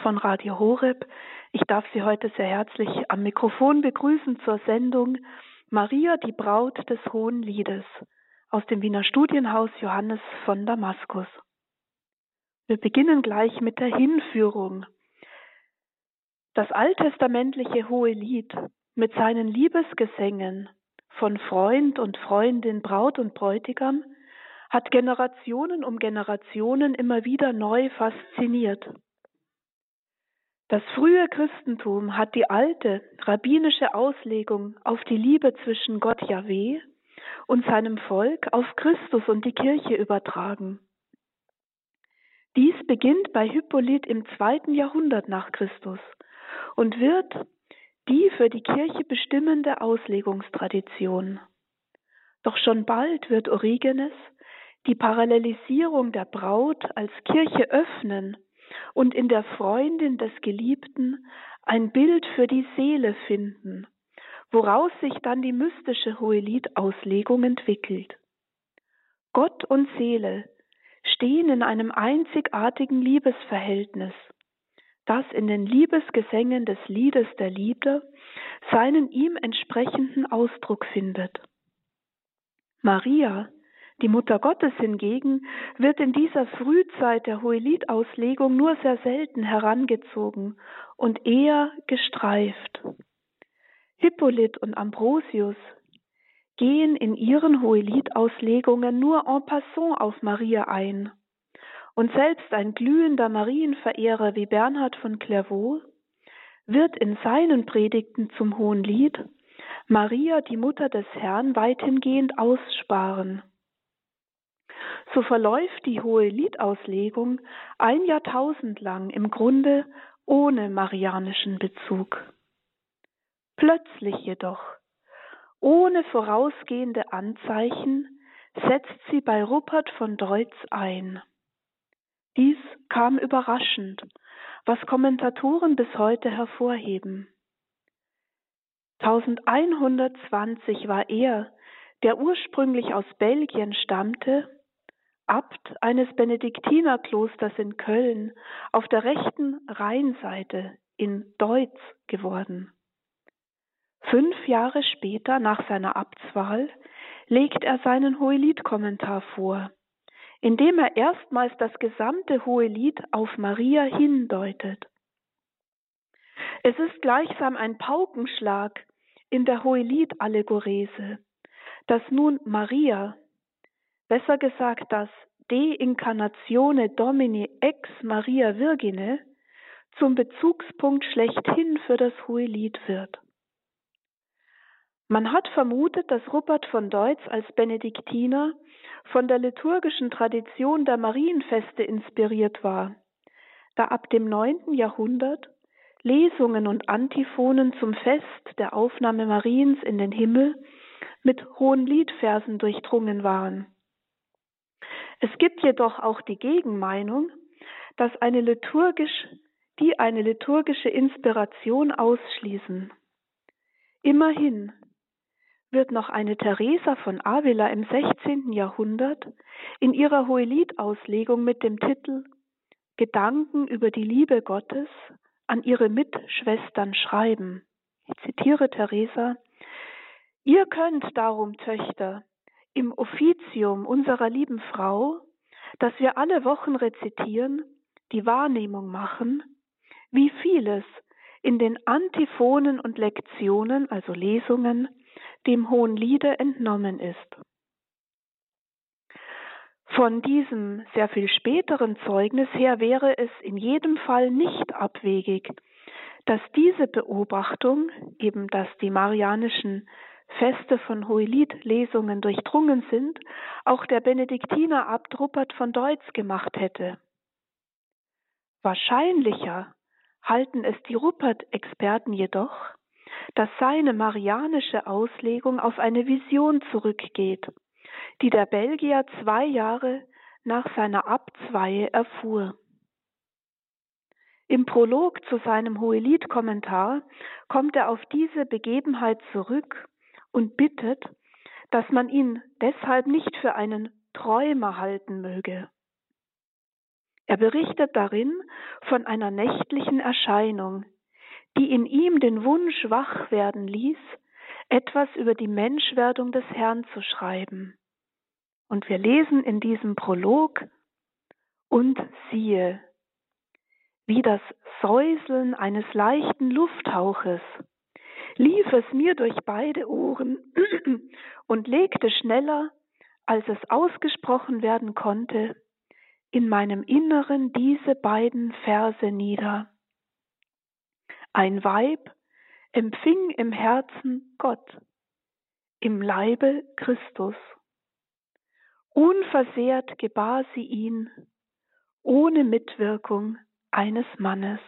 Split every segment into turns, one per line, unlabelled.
von Radio Horeb. Ich darf Sie heute sehr herzlich am Mikrofon begrüßen zur Sendung Maria, die Braut des Hohen Liedes aus dem Wiener Studienhaus Johannes von Damaskus. Wir beginnen gleich mit der Hinführung. Das alttestamentliche Hohe Lied mit seinen Liebesgesängen von Freund und Freundin, Braut und Bräutigam hat Generationen um Generationen immer wieder neu fasziniert. Das frühe Christentum hat die alte rabbinische Auslegung auf die Liebe zwischen Gott Jahweh und seinem Volk auf Christus und die Kirche übertragen. Dies beginnt bei Hippolyt im 2. Jahrhundert nach Christus und wird die für die Kirche bestimmende Auslegungstradition. Doch schon bald wird Origenes die Parallelisierung der Braut als Kirche öffnen und in der Freundin des Geliebten ein Bild für die Seele finden, woraus sich dann die mystische Hohelied-Auslegung entwickelt. Gott und Seele stehen in einem einzigartigen Liebesverhältnis, das in den Liebesgesängen des Liedes der Lieder seinen ihm entsprechenden Ausdruck findet. Maria, die Mutter Gottes hingegen, wird in dieser Frühzeit der Hohelied-Auslegung nur sehr selten herangezogen und eher gestreift. Hippolyt und Ambrosius gehen in ihren Hohelied-Auslegungen nur en passant auf Maria ein. Und selbst ein glühender Marienverehrer wie Bernhard von Clairvaux wird in seinen Predigten zum Hohen Lied Maria, die Mutter des Herrn, weitgehend aussparen. So verläuft die Hoheliedauslegung ein Jahrtausend lang im Grunde ohne marianischen Bezug. Plötzlich jedoch, ohne vorausgehende Anzeichen, setzt sie bei Rupert von Deutz ein. Dies kam überraschend, was Kommentatoren bis heute hervorheben. 1120 war er, der ursprünglich aus Belgien stammte, Abt eines Benediktinerklosters in Köln auf der rechten Rheinseite in Deutz geworden. 5 Jahre später, nach seiner Abtswahl, legt er seinen Hohelied-Kommentar vor, in dem er erstmals das gesamte Hohelied auf Maria hindeutet. Es ist gleichsam ein Paukenschlag in der Hohelied-Allegorese, dass nun Maria, besser gesagt das De Incarnatione Domini ex Maria Virgine, zum Bezugspunkt schlechthin für das Hohelied wird. Man hat vermutet, dass Rupert von Deutz als Benediktiner von der liturgischen Tradition der Marienfeste inspiriert war, da ab dem 9. Jahrhundert Lesungen und Antiphonen zum Fest der Aufnahme Mariens in den Himmel mit Hohenliedversen durchdrungen waren. Es gibt jedoch auch die Gegenmeinung, dass eine liturgische Inspiration ausschließen. Immerhin wird noch eine Teresa von Avila im 16. Jahrhundert in ihrer Hohelied-Auslegung mit dem Titel Gedanken über die Liebe Gottes an ihre Mitschwestern schreiben. Ich zitiere Teresa: Ihr könnt darum, Töchter, im Offizium unserer lieben Frau, das wir alle Wochen rezitieren, die Wahrnehmung machen, wie vieles in den Antiphonen und Lektionen, also Lesungen, dem Hohen Liede entnommen ist. Von diesem sehr viel späteren Zeugnis her wäre es in jedem Fall nicht abwegig, dass diese Beobachtung, eben dass die marianischen Feste von Hohelied-Lesungen durchdrungen sind, auch der Benediktiner-Abt Rupert von Deutz gemacht hätte. Wahrscheinlicher halten es die Rupert-Experten jedoch, dass seine marianische Auslegung auf eine Vision zurückgeht, die der Belgier 2 Jahre nach seiner Abtsweihe erfuhr. Im Prolog zu seinem Hohelied-Kommentar kommt er auf diese Begebenheit zurück und bittet, dass man ihn deshalb nicht für einen Träumer halten möge. Er berichtet darin von einer nächtlichen Erscheinung, die in ihm den Wunsch wach werden ließ, etwas über die Menschwerdung des Herrn zu schreiben. Und wir lesen in diesem Prolog: Und siehe, wie das Säuseln eines leichten Lufthauches lief es mir durch beide Ohren und legte schneller, als es ausgesprochen werden konnte, in meinem Inneren diese beiden Verse nieder. Ein Weib empfing im Herzen Gott, im Leibe Christus. Unversehrt gebar sie ihn, ohne Mitwirkung eines Mannes.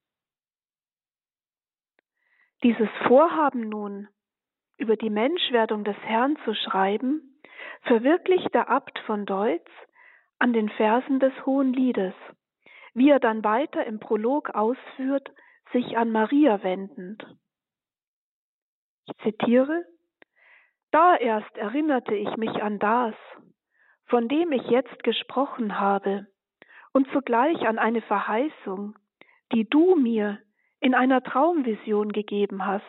Dieses Vorhaben nun, über die Menschwerdung des Herrn zu schreiben, verwirklicht der Abt von Deutz an den Versen des Hohenliedes, wie er dann weiter im Prolog ausführt, sich an Maria wendend. Ich zitiere: Da erst erinnerte ich mich an das, von dem ich jetzt gesprochen habe, und zugleich an eine Verheißung, die du mir in einer Traumvision gegeben hast.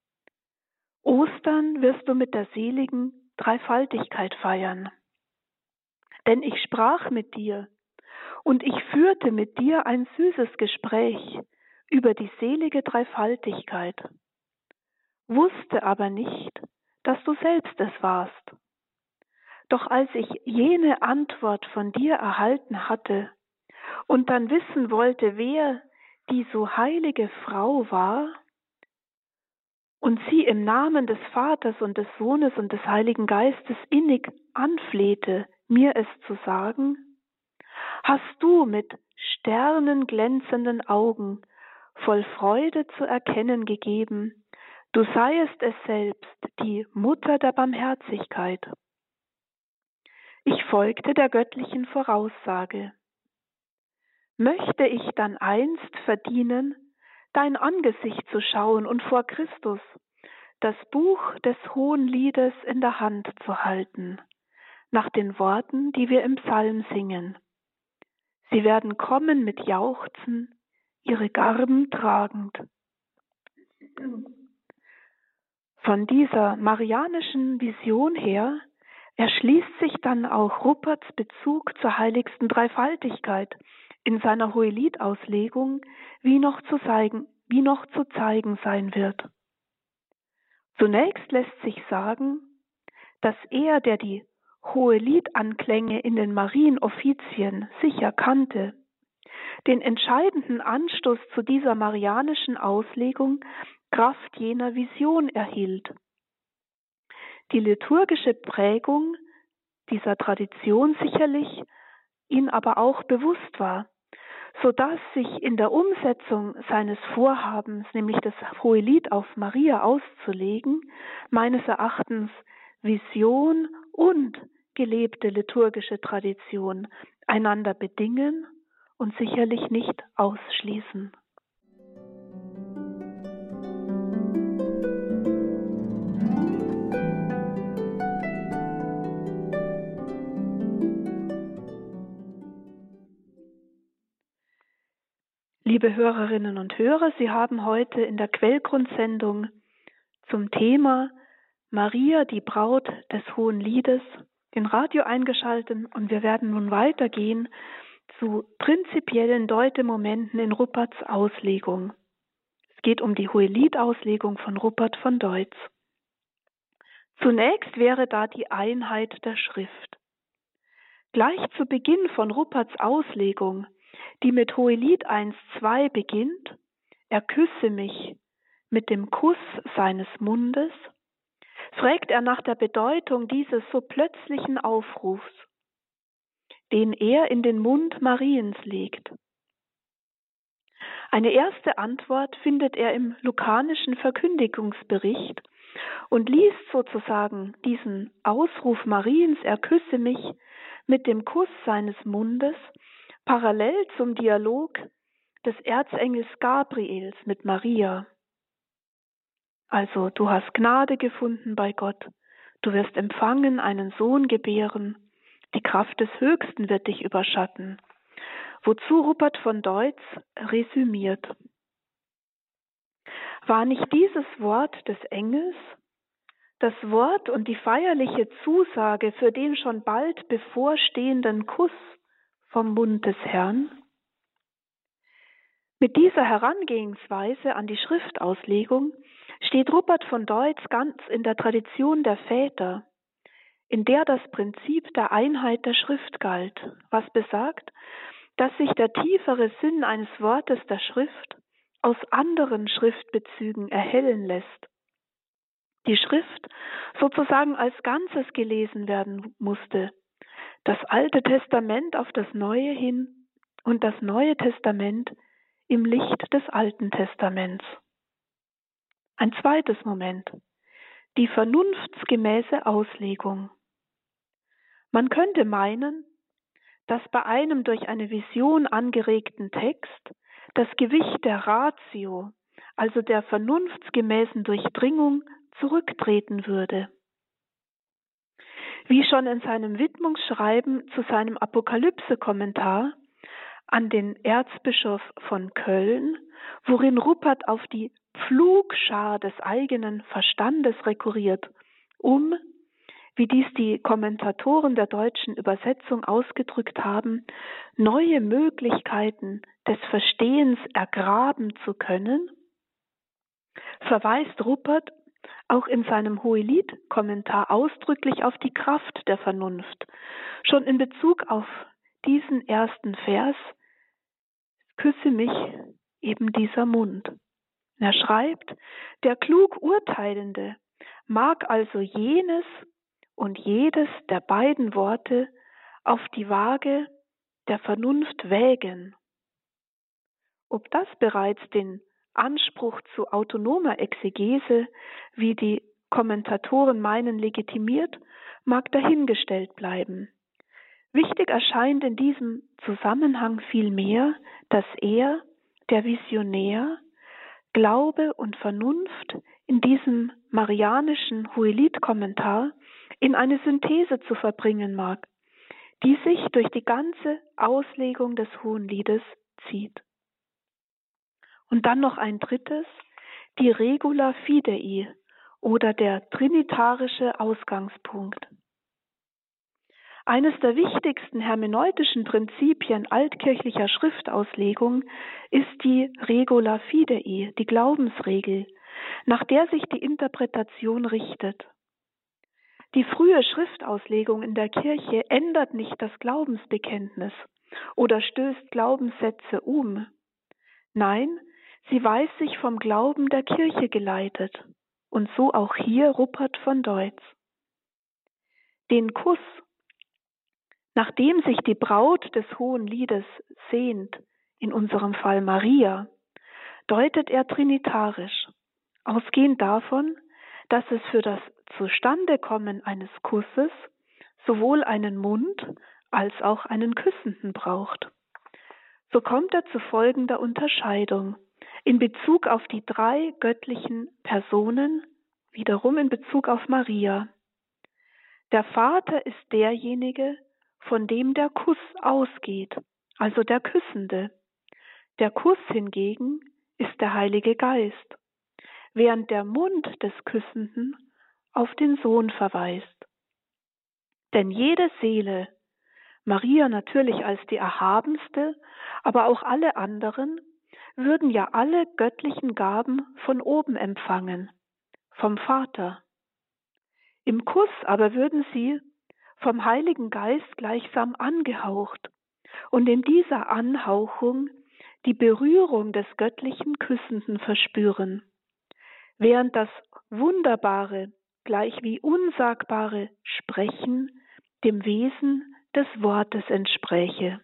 Ostern wirst du mit der seligen Dreifaltigkeit feiern. Denn ich sprach mit dir und ich führte mit dir ein süßes Gespräch über die selige Dreifaltigkeit, wusste aber nicht, dass du selbst es warst. Doch als ich jene Antwort von dir erhalten hatte und dann wissen wollte, wer die so heilige Frau war, und sie im Namen des Vaters und des Sohnes und des Heiligen Geistes innig anflehte, mir es zu sagen, hast du mit sternenglänzenden Augen voll Freude zu erkennen gegeben, du seiest es selbst, die Mutter der Barmherzigkeit. Ich folgte der göttlichen Voraussage. Möchte ich dann einst verdienen, dein Angesicht zu schauen und vor Christus das Buch des Hohenliedes in der Hand zu halten, nach den Worten, die wir im Psalm singen. Sie werden kommen mit Jauchzen, ihre Garben tragend. Von dieser marianischen Vision her erschließt sich dann auch Rupperts Bezug zur heiligsten Dreifaltigkeit in seiner Hohelied-Auslegung, wie noch zu zeigen sein wird. Zunächst lässt sich sagen, dass er, der die Hoheliedanklänge in den Marienoffizien sicher kannte, den entscheidenden Anstoß zu dieser marianischen Auslegung Kraft jener Vision erhielt. Die liturgische Prägung dieser Tradition sicherlich ihn aber auch bewusst war, sodass sich in der Umsetzung seines Vorhabens, nämlich das Hohelied auf Maria auszulegen, meines Erachtens Vision und gelebte liturgische Tradition einander bedingen und sicherlich nicht ausschließen. Liebe Hörerinnen und Hörer, Sie haben heute in der Quellgrundsendung zum Thema Maria, die Braut des Hohenliedes, den Radio eingeschaltet und wir werden nun weitergehen zu prinzipiellen Deutemomenten in Rupperts Auslegung. Es geht um die Hohelied-Auslegung von Ruppert von Deutz. Zunächst wäre da die Einheit der Schrift. Gleich zu Beginn von Rupperts Auslegung, die mit Hohelied 1,2 beginnt, er küsse mich mit dem Kuss seines Mundes, fragt er nach der Bedeutung dieses so plötzlichen Aufrufs, den er in den Mund Mariens legt. Eine erste Antwort findet er im lukanischen Verkündigungsbericht und liest sozusagen diesen Ausruf Mariens, er küsse mich mit dem Kuss seines Mundes, parallel zum Dialog des Erzengels Gabriels mit Maria. Also, du hast Gnade gefunden bei Gott, du wirst empfangen, einen Sohn gebären, die Kraft des Höchsten wird dich überschatten. wozu Rupert von Deutz resümiert: War nicht dieses Wort des Engels das Wort und die feierliche Zusage für den schon bald bevorstehenden Kuss vom Mund des Herrn? Mit dieser Herangehensweise an die Schriftauslegung steht Rupert von Deutz ganz in der Tradition der Väter, in der das Prinzip der Einheit der Schrift galt, was besagt, dass sich der tiefere Sinn eines Wortes der Schrift aus anderen Schriftbezügen erhellen lässt. Die Schrift sozusagen als Ganzes gelesen werden musste, das Alte Testament auf das Neue hin und das Neue Testament im Licht des Alten Testaments. Ein zweites Moment: die vernunftsgemäße Auslegung. Man könnte meinen, dass bei einem durch eine Vision angeregten Text das Gewicht der Ratio, also der vernunftsgemäßen Durchdringung, zurücktreten würde. Wie schon in seinem Widmungsschreiben zu seinem Apokalypse-Kommentar an den Erzbischof von Köln, worin Rupert auf die Pflugschar des eigenen Verstandes rekurriert, wie dies die Kommentatoren der deutschen Übersetzung ausgedrückt haben, neue Möglichkeiten des Verstehens ergraben zu können, verweist Rupert auch in seinem Hohelied-Kommentar ausdrücklich auf die Kraft der Vernunft. Schon in Bezug auf diesen ersten Vers: Küsse mich eben dieser Mund. Er schreibt: Der klug Urteilende mag also jenes und jedes der beiden Worte auf die Waage der Vernunft wägen. Ob das bereits den Anspruch zu autonomer Exegese, wie die Kommentatoren meinen, legitimiert, mag dahingestellt bleiben. Wichtig erscheint in diesem Zusammenhang vielmehr, dass er, der Visionär, Glaube und Vernunft in diesem marianischen Hohelied-Kommentar in eine Synthese zu verbringen mag, die sich durch die ganze Auslegung des Hohenliedes zieht. Und dann noch ein drittes: die Regula Fidei oder der trinitarische Ausgangspunkt. Eines der wichtigsten hermeneutischen Prinzipien altkirchlicher Schriftauslegung ist die Regula Fidei, die Glaubensregel, nach der sich die Interpretation richtet. Die frühe Schriftauslegung in der Kirche ändert nicht das Glaubensbekenntnis oder stößt Glaubenssätze um. Nein, sie weiß sich vom Glauben der Kirche geleitet, und so auch hier Rupert von Deutz. Den Kuss, nach dem sich die Braut des Hohenliedes sehnt, in unserem Fall Maria, deutet er trinitarisch, ausgehend davon, dass es für das Zustandekommen eines Kusses sowohl einen Mund als auch einen Küssenden braucht. So kommt er zu folgender Unterscheidung in Bezug auf die drei göttlichen Personen, wiederum in Bezug auf Maria. Der Vater ist derjenige, von dem der Kuss ausgeht, also der Küssende. Der Kuss hingegen ist der Heilige Geist, während der Mund des Küssenden auf den Sohn verweist. Denn jede Seele, Maria natürlich als die erhabenste, aber auch alle anderen, würden ja alle göttlichen Gaben von oben empfangen, vom Vater. Im Kuss aber würden sie vom Heiligen Geist gleichsam angehaucht und in dieser Anhauchung die Berührung des göttlichen Küssenden verspüren, während das wunderbare, gleich wie unsagbare Sprechen dem Wesen des Wortes entspräche.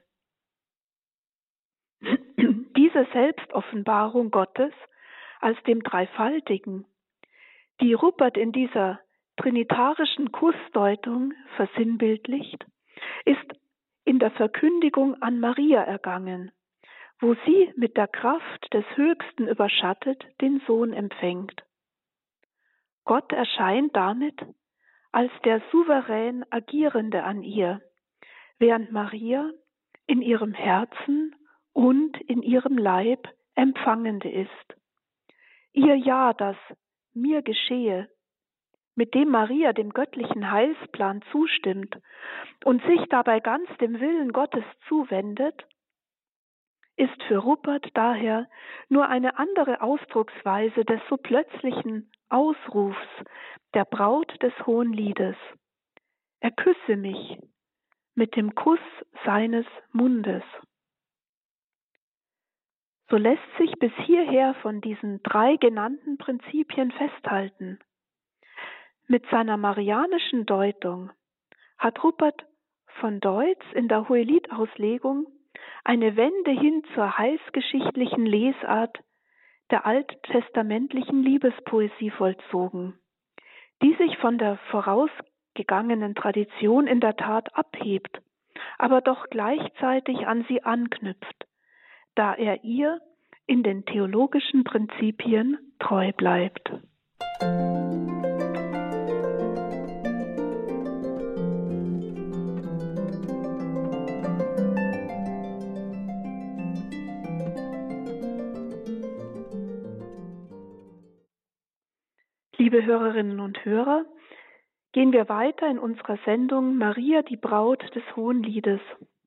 Diese Selbstoffenbarung Gottes als dem Dreifaltigen, die Rupert in dieser trinitarischen Kussdeutung versinnbildlicht, ist in der Verkündigung an Maria ergangen, wo sie mit der Kraft des Höchsten überschattet den Sohn empfängt. Gott erscheint damit als der souverän Agierende an ihr, während Maria in ihrem Herzen und in ihrem Leib Empfangende ist. Ihr Ja, das mir geschehe, mit dem Maria dem göttlichen Heilsplan zustimmt und sich dabei ganz dem Willen Gottes zuwendet, ist für Rupert daher nur eine andere Ausdrucksweise des so plötzlichen Ausrufs der Braut des Hohenliedes. Er küsse mich mit dem Kuss seines Mundes. So lässt sich bis hierher von diesen 3 genannten Prinzipien festhalten. Mit seiner marianischen Deutung hat Rupert von Deutz in der Hohelied-Auslegung eine Wende hin zur heilsgeschichtlichen Lesart der alttestamentlichen Liebespoesie vollzogen, die sich von der vorausgegangenen Tradition in der Tat abhebt, aber doch gleichzeitig an sie anknüpft, da er ihr in den theologischen Prinzipien treu bleibt. Liebe Hörerinnen und Hörer, gehen wir weiter in unserer Sendung Maria, die Braut des Hohenliedes.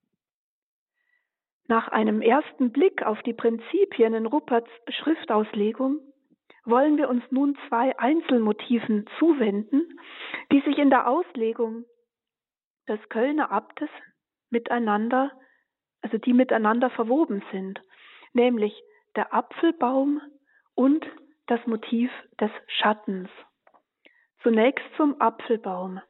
Nach einem ersten Blick auf die Prinzipien in Ruperts Schriftauslegung wollen wir uns nun 2 Einzelmotiven zuwenden, die sich in der Auslegung des Kölner Abtes miteinander verwoben sind, nämlich der Apfelbaum und das Motiv des Schattens. Zunächst zum Apfelbaum.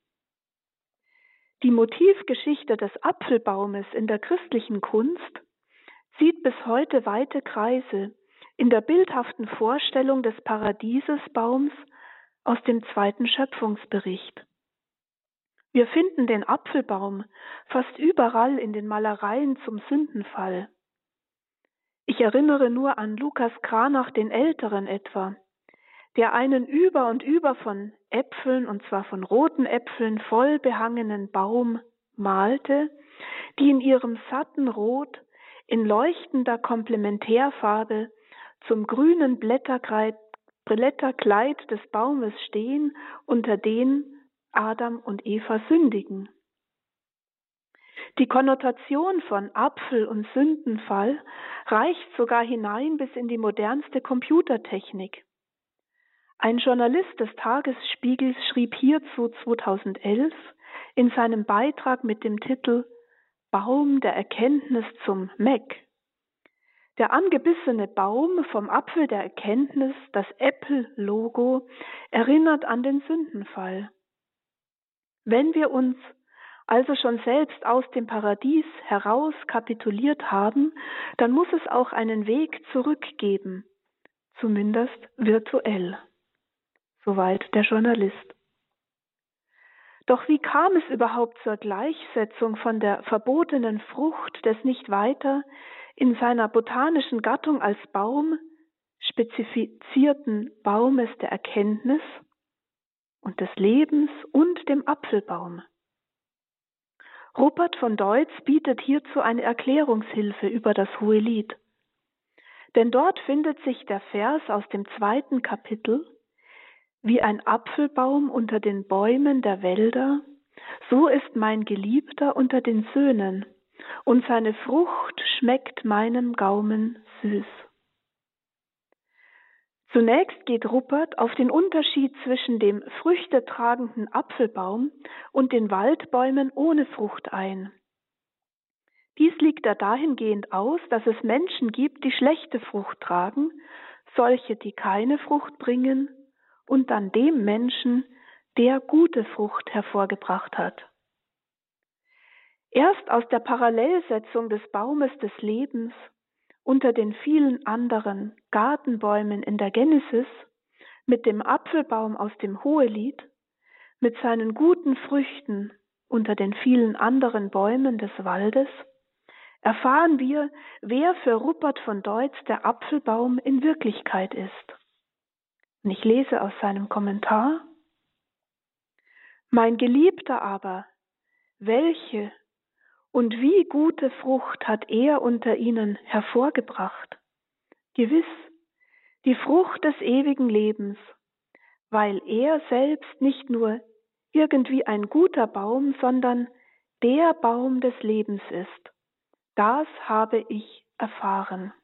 Die Motivgeschichte des Apfelbaumes in der christlichen Kunst zieht bis heute weite Kreise in der bildhaften Vorstellung des Paradiesesbaums aus dem 2. Schöpfungsbericht. Wir finden den Apfelbaum fast überall in den Malereien zum Sündenfall. Ich erinnere nur an Lukas Cranach den Älteren etwa, der einen über und über von Äpfeln, und zwar von roten Äpfeln, voll behangenen Baum malte, die in ihrem satten Rot in leuchtender Komplementärfarbe zum grünen Blätterkleid des Baumes stehen, unter denen Adam und Eva sündigen. Die Konnotation von Apfel und Sündenfall reicht sogar hinein bis in die modernste Computertechnik. Ein Journalist des Tagesspiegels schrieb hierzu 2011 in seinem Beitrag mit dem Titel Baum der Erkenntnis zum Mac: Der angebissene Baum vom Apfel der Erkenntnis, das Apple-Logo, erinnert an den Sündenfall. Wenn wir uns also schon selbst aus dem Paradies heraus kapituliert haben, dann muss es auch einen Weg zurück geben, zumindest virtuell. Soweit der Journalist. Doch wie kam es überhaupt zur Gleichsetzung von der verbotenen Frucht des nicht weiter in seiner botanischen Gattung als Baum spezifizierten Baumes der Erkenntnis und des Lebens und dem Apfelbaum? Rupert von Deutz bietet hierzu eine Erklärungshilfe über das Hohelied. Denn dort findet sich der Vers aus dem 2. Kapitel: Wie ein Apfelbaum unter den Bäumen der Wälder, so ist mein Geliebter unter den Söhnen, und seine Frucht schmeckt meinem Gaumen süß. Zunächst geht Rupert auf den Unterschied zwischen dem früchtetragenden Apfelbaum und den Waldbäumen ohne Frucht ein. Dies liegt er dahingehend aus, dass es Menschen gibt, die schlechte Frucht tragen, solche, die keine Frucht bringen, und dann dem Menschen, der gute Frucht hervorgebracht hat. Erst aus der Parallelsetzung des Baumes des Lebens unter den vielen anderen Gartenbäumen in der Genesis mit dem Apfelbaum aus dem Hohelied, mit seinen guten Früchten unter den vielen anderen Bäumen des Waldes, erfahren wir, wer für Rupert von Deutz der Apfelbaum in Wirklichkeit ist. Und ich lese aus seinem Kommentar: Mein Geliebter aber, welche Und wie gute Frucht hat er unter ihnen hervorgebracht? Gewiss, die Frucht des ewigen Lebens, weil er selbst nicht nur irgendwie ein guter Baum, sondern der Baum des Lebens ist. Das habe ich erfahren.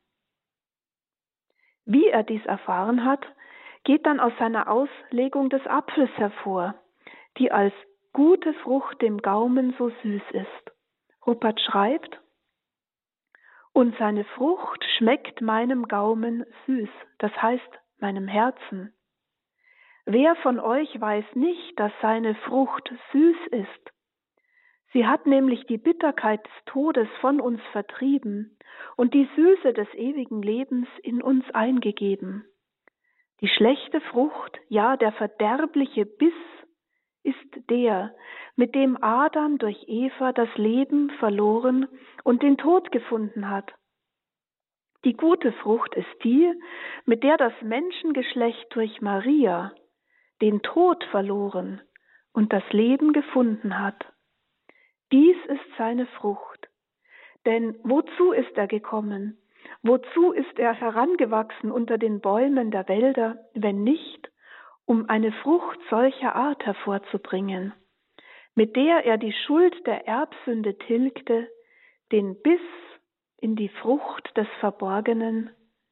Wie er dies erfahren hat, geht dann aus seiner Auslegung des Apfels hervor, die als gute Frucht dem Gaumen so süß ist. Ruppert schreibt: Und seine Frucht schmeckt meinem Gaumen süß, das heißt meinem Herzen. Wer von euch weiß nicht, dass seine Frucht süß ist? Sie hat nämlich die Bitterkeit des Todes von uns vertrieben und die Süße des ewigen Lebens in uns eingegeben. Die schlechte Frucht, ja der verderbliche Biss, ist der, mit dem Adam durch Eva das Leben verloren und den Tod gefunden hat. Die gute Frucht ist die, mit der das Menschengeschlecht durch Maria den Tod verloren und das Leben gefunden hat. Dies ist seine Frucht. Denn wozu ist er gekommen? Wozu ist er herangewachsen unter den Bäumen der Wälder, wenn nicht, um eine Frucht solcher Art hervorzubringen, mit der er die Schuld der Erbsünde tilgte, den Biss in die Frucht des verbotenen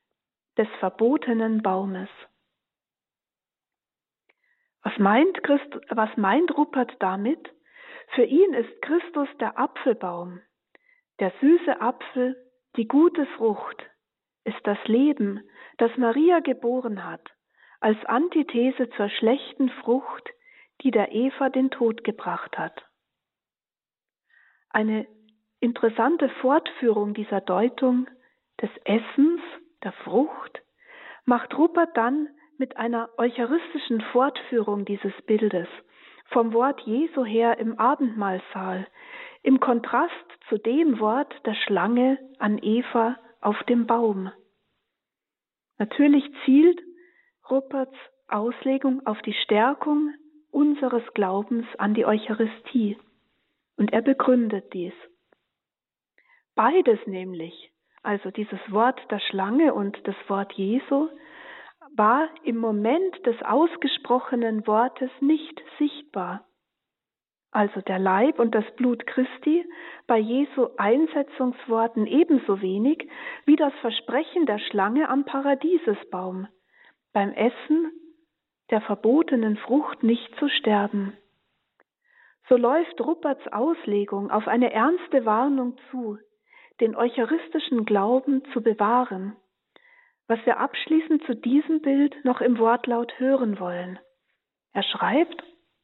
Baumes. Was meint Ruppert damit? Für ihn ist Christus der Apfelbaum. Der süße Apfel, die gute Frucht, ist das Leben, das Maria geboren hat, als Antithese zur schlechten Frucht, die der Eva den Tod gebracht hat. Eine interessante Fortführung dieser Deutung des Essens, der Frucht, macht Ruppert dann mit einer eucharistischen Fortführung dieses Bildes vom Wort Jesu her im Abendmahlsaal, im Kontrast zu dem Wort der Schlange an Eva auf dem Baum. Natürlich zielt Rupperts Auslegung auf die Stärkung unseres Glaubens an die Eucharistie und er begründet dies. Beides nämlich, also dieses Wort der Schlange und das Wort Jesu, war im Moment des ausgesprochenen Wortes nicht sichtbar. Also der Leib und das Blut Christi bei Jesu Einsetzungsworten ebenso wenig wie das Versprechen der Schlange am Paradiesesbaum, beim Essen der verbotenen Frucht nicht zu sterben. So läuft Rupperts Auslegung auf eine ernste Warnung zu, den eucharistischen Glauben zu bewahren, was wir abschließend zu diesem Bild noch im Wortlaut hören wollen. Er schreibt: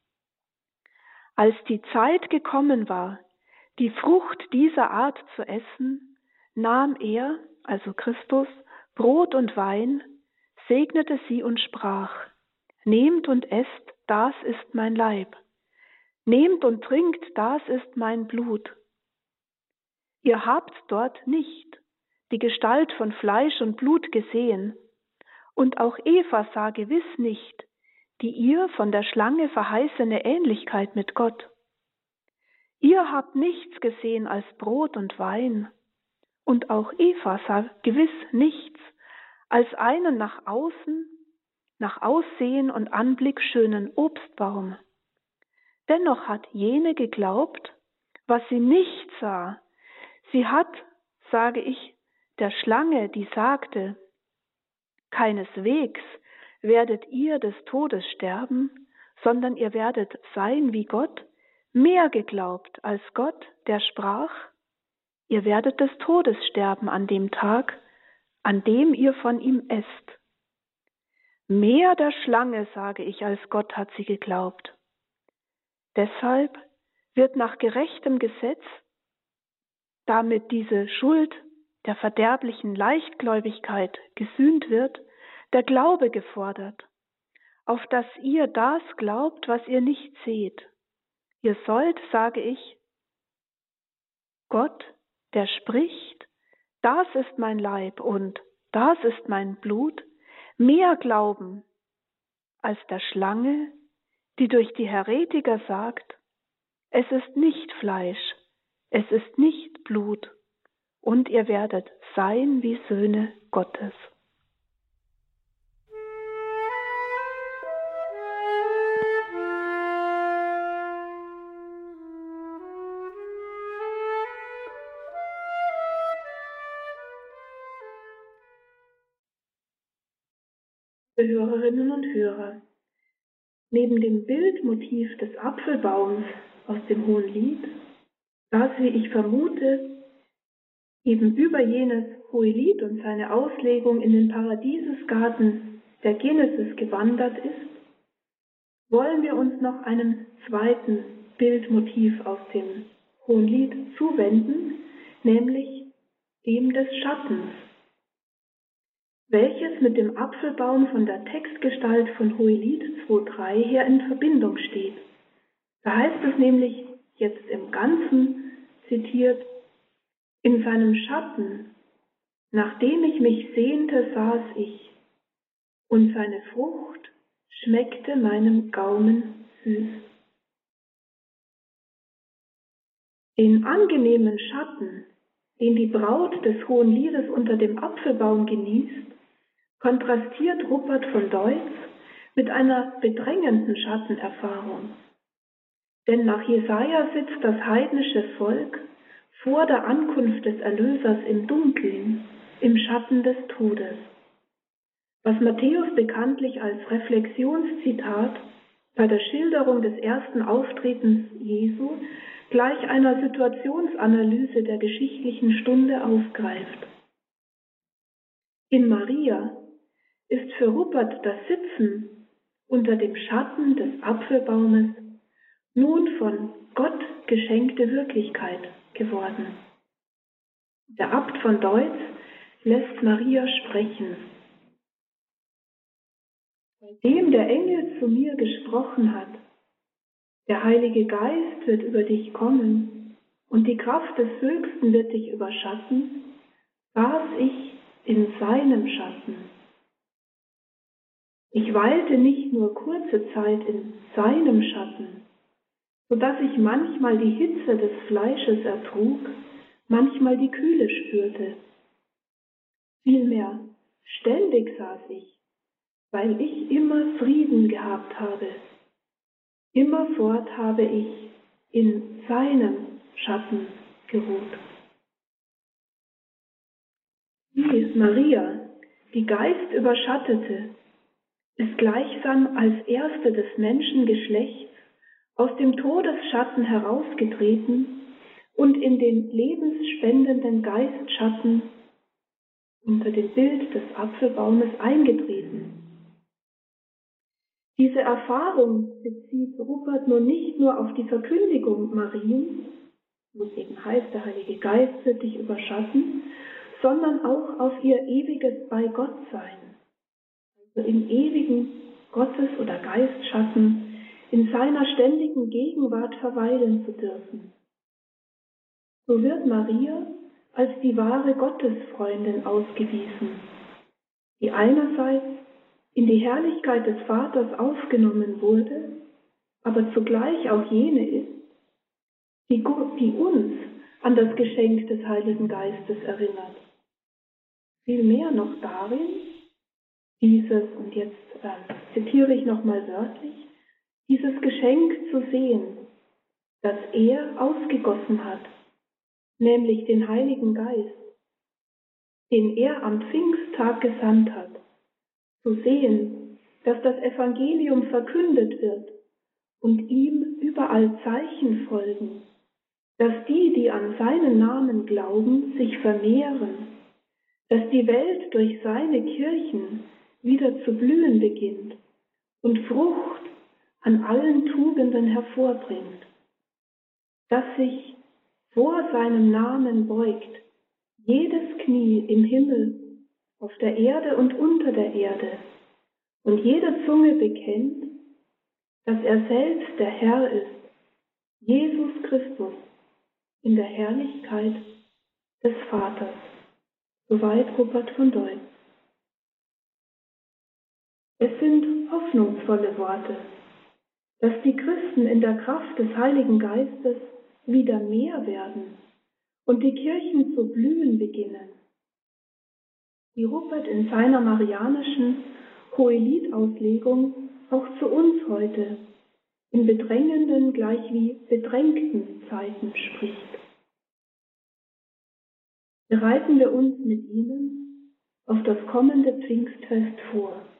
Als die Zeit gekommen war, die Frucht dieser Art zu essen, nahm er, also Christus, Brot und Wein, segnete sie und sprach: Nehmt und esst, das ist mein Leib. Nehmt und trinkt, das ist mein Blut. Ihr habt dort nicht die Gestalt von Fleisch und Blut gesehen, und auch Eva sah gewiss nicht die ihr von der Schlange verheißene Ähnlichkeit mit Gott. Ihr habt nichts gesehen als Brot und Wein, und auch Eva sah gewiss nichts als einen nach Aussehen und Anblick schönen Obstbaum. Dennoch hat jene geglaubt, was sie nicht sah. Sie hat, sage ich, der Schlange, die sagte: Keineswegs werdet ihr des Todes sterben, sondern ihr werdet sein wie Gott, mehr geglaubt als Gott, der sprach: Ihr werdet des Todes sterben an dem Tag, an dem ihr von ihm esst. Mehr der Schlange, sage ich, als Gott hat sie geglaubt. Deshalb wird nach gerechtem Gesetz, damit diese Schuld der verderblichen Leichtgläubigkeit gesühnt wird, der Glaube gefordert, auf dass ihr das glaubt, was ihr nicht seht. Ihr sollt, sage ich, Gott, der spricht, das ist mein Leib und das ist mein Blut, mehr glauben als der Schlange, die durch die Heretiker sagt: Es ist nicht Fleisch, Es ist nicht Blut, und ihr werdet sein wie Söhne Gottes. Liebe Hörerinnen und Hörer, neben dem Bildmotiv des Apfelbaums aus dem Hohenlied, das, wie ich vermute, eben über jenes Hohelied und seine Auslegung in den Paradiesesgarten der Genesis gewandert ist, wollen wir uns noch einem zweiten Bildmotiv aus dem Hohenlied zuwenden, nämlich dem des Schattens, welches mit dem Apfelbaum von der Textgestalt von Hohelied 2,3 her in Verbindung steht. Da heißt es nämlich jetzt im Ganzen zitiert: In seinem Schatten, nachdem ich mich sehnte, saß ich, und seine Frucht schmeckte meinem Gaumen süß. Den angenehmen Schatten, den die Braut des Hohenliedes unter dem Apfelbaum genießt, kontrastiert Rupert von Deutz mit einer bedrängenden Schattenerfahrung. Denn nach Jesaja sitzt das heidnische Volk vor der Ankunft des Erlösers im Dunkeln, im Schatten des Todes. Was Matthäus bekanntlich als Reflexionszitat bei der Schilderung des ersten Auftretens Jesu gleich einer Situationsanalyse der geschichtlichen Stunde aufgreift. In Maria ist für Rupert das Sitzen unter dem Schatten des Apfelbaumes nun von Gott geschenkte Wirklichkeit geworden. Der Abt von Deutz lässt Maria sprechen. Dem der Engel zu mir gesprochen hat, der Heilige Geist wird über dich kommen und die Kraft des Höchsten wird dich überschatten, saß ich in seinem Schatten. Ich weilte nicht nur kurze Zeit in seinem Schatten, so dass ich manchmal die Hitze des Fleisches ertrug, manchmal die Kühle spürte. Vielmehr ständig saß ich, weil ich immer Frieden gehabt habe. Immerfort habe ich in seinem Schatten geruht. Wie Maria, die Geist überschattete, ist gleichsam als erste des Menschengeschlechts aus dem Todesschatten herausgetreten und in den lebensspendenden Geistschatten unter dem Bild des Apfelbaumes eingetreten. Diese Erfahrung bezieht Rupert nun nicht nur auf die Verkündigung Mariens, wo es eben heißt, der Heilige Geist wird dich überschatten, sondern auch auf ihr ewiges Bei-Gott-Sein, also im ewigen Gottes- oder Geistschatten, in seiner ständigen Gegenwart verweilen zu dürfen. So wird Maria als die wahre Gottesfreundin ausgewiesen, die einerseits in die Herrlichkeit des Vaters aufgenommen wurde, aber zugleich auch jene ist, die uns an das Geschenk des Heiligen Geistes erinnert. Vielmehr noch darin, dieses, und jetzt zitiere ich nochmal wörtlich, dieses Geschenk zu sehen, das er ausgegossen hat, nämlich den Heiligen Geist, den er am Pfingsttag gesandt hat, zu sehen, dass das Evangelium verkündet wird und ihm überall Zeichen folgen, dass die an seinen Namen glauben, sich vermehren, dass die Welt durch seine Kirchen wieder zu blühen beginnt und Frucht an allen Tugenden hervorbringt, dass sich vor seinem Namen beugt jedes Knie im Himmel, auf der Erde und unter der Erde, und jede Zunge bekennt, dass er selbst der Herr ist, Jesus Christus, in der Herrlichkeit des Vaters. Soweit Rupert von Deutz. Es sind hoffnungsvolle Worte, dass die Christen in der Kraft des Heiligen Geistes wieder mehr werden und die Kirchen zu blühen beginnen, wie Rupert in seiner marianischen Hohelied-Auslegung auch zu uns heute in bedrängenden gleich wie bedrängten Zeiten spricht. Bereiten wir uns mit ihnen auf das kommende Pfingstfest vor.